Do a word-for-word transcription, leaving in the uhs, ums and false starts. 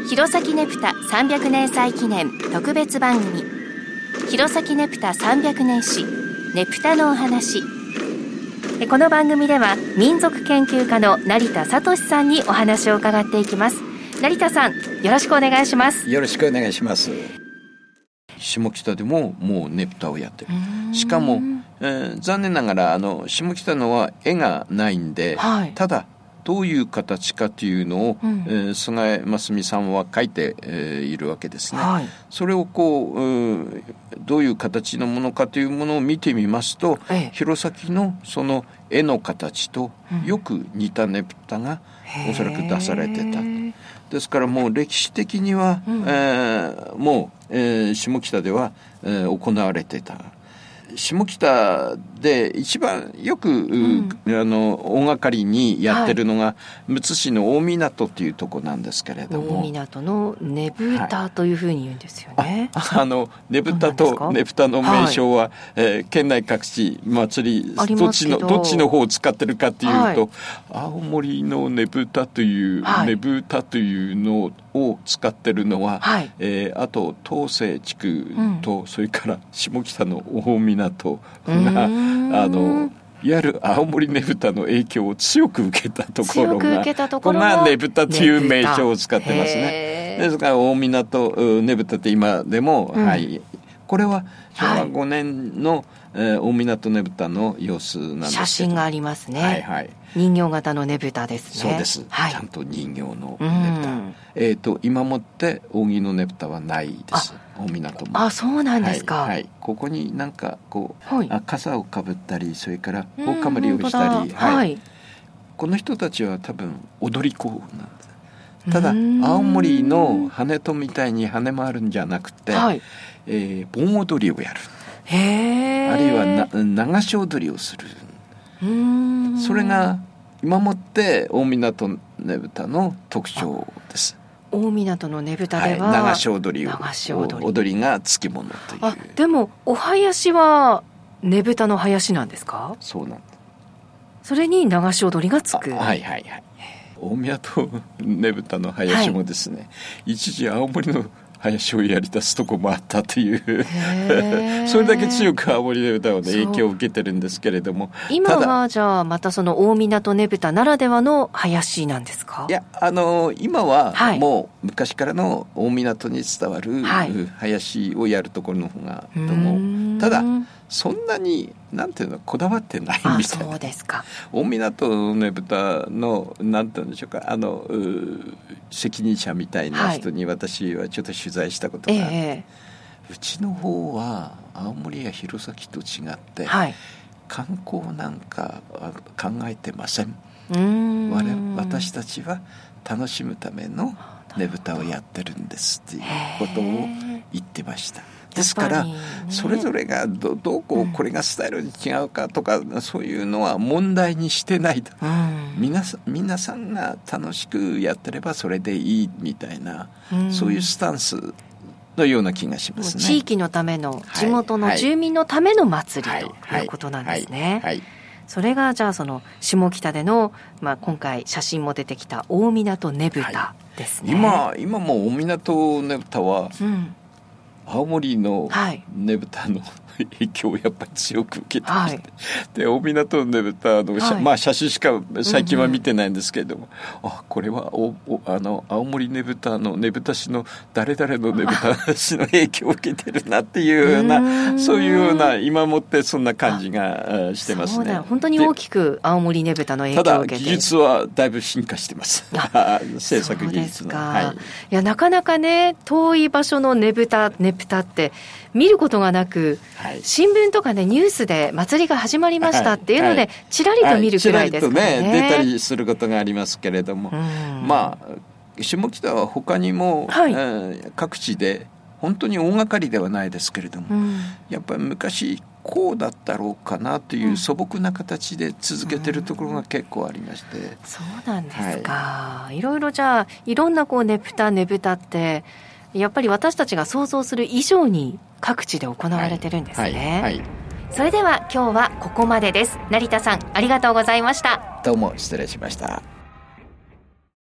弘前ねぷたさんびゃくねん祭記念特別番組、弘前ねぷたさんびゃくねん史ねぷたのお話。この番組では民族研究家の成田聡さんにお話を伺っていきます。成田さん、よろしくお願いします。 よろしくお願いします。下北でももうねぷたをやってる。しかも、えー、残念ながらあの下北のは絵がないんで、はい、ただどういう形かというのを、うんえー、菅井真澄さんは描いて、えー、いるわけですね、はい、それをこう、うん、どういう形のものかというものを見てみますと、ええ、弘前のその絵の形とよく似たねぷたがおそらく出されてた。ですからもう歴史的には、うんえー、もう、えー、下北では、えー、行われてた。下北で一番よく、うん、あの大掛かりにやってるのが、はい、むつ市の大港というとこなんですけれども、 大港のねぶたというふうに言うんですよね、 はい、あ, あのねぶたとねぷたの名称は、はいえー、県内各地祭りどっちのどっちの方を使ってるかというと、はい、青森のねぶたという、はい、ねぶたというのを使ってるのは、はいえー、あと東西地区と、うん、それから下北の大港があのいわゆる青森ねぶたの影響を強く受けたところがこれがねぶたという名称を使ってますね。ですから大港ねぶたって今でも、うんはい、これはしょうわごねんの、はいえー、大港ねぶたの様子なんですけど、 写真がありますね、はいはい、人形型のねぶたですね。 そうです、はい、ちゃんと人形のねぶた、うんえー、と今もって扇のねぶたはないです。大港もあそうなんですか、 はいはい、ここになんかこう、はい、あ傘をかぶったりそれから大かぶりをしたり、はいはい、この人たちは多分踊り子なんです。ただ青森の羽戸みたいに羽回るんじゃなくて、はいえー、盆踊りをやる。へあるいはな流し踊りをする。うーんそれが今もって大港ねぶたの特徴です。 大港のねぶたでは、 はい、流し踊りを流し踊り踊りがつきものという。 あでもお囃子はねぶたの囃子なんですか？ そうなんだ。 それに流し踊りがつく。 はいはいはい。大港ねぶたの囃子もですね、はい、一時青森の囃子をやり出すとこもあったというそれだけ強く青森ねぶたは、ね、影響を受けてるんですけれども、 今はじゃあまたその大港ねぶたならではの囃子なんですか？ いやあの今はもう昔からの大港に伝わる囃子をやるところの方がと思う。ただそんなになんていうのこだわってないみたいな。あそうですか。 大港のねぶたのなんていうんでしょうか、あの責任者みたいな人に私はちょっと取材したことがあって、はいえー、うちの方は青森や弘前と違って、はい、観光なんか考えてません。うーん我私たちは楽しむためのねぶたをやってるんですっていうことを言ってました。ですから、ね、それぞれが ど, どうこうこれがスタイルに違うかとか、うん、そういうのは問題にしてないと、うん、皆さん、皆さんが楽しくやってればそれでいいみたいな、うん、そういうスタンスのような気がしますね。 地域のための、地元の住民のための祭り、はい、ということなんですね、はいはいはい、それがじゃあその下北での、まあ、今回写真も出てきた大港ねぶたですね、 はい、今, 今も大港ねぶたは、うん青森のねぶたの影響をやっぱり強く受けてまして、はい、で大港のねぶたの、はいまあ、写真しか最近は見てないんですけれども、うんうん、あこれはおおあの青森ねぶたのねぶた師の誰々のねぶた師の影響を受けてるなっていうようなそういうような今もってそんな感じがしてますね。 そうだ本当に大きく青森ねぶたの影響を受けて、 ただ技術はだいぶ進化してます制作技術の、はい、 いやなかなかね遠い場所のねぶたねぶたって見ることがなく、はい、新聞とかねニュースで祭りが始まりましたっていうので、はい、ちらりと見るくらいですからね、はい、ちらりとね出たりすることがありますけれども、まあ下北は他にも、はいえー、各地で本当に大掛かりではないですけれども、うん、やっぱり昔こうだったろうかなという素朴な形で続けてるところが結構ありまして、うんうん、 そうなんですか、はい、いろいろじゃあいろんなこうねぷたねぶたってやっぱり私たちが想像する以上に各地で行われてるんですね、はいはいはい、それでは今日はここまでです。成田さんありがとうございました。 どうも失礼しました。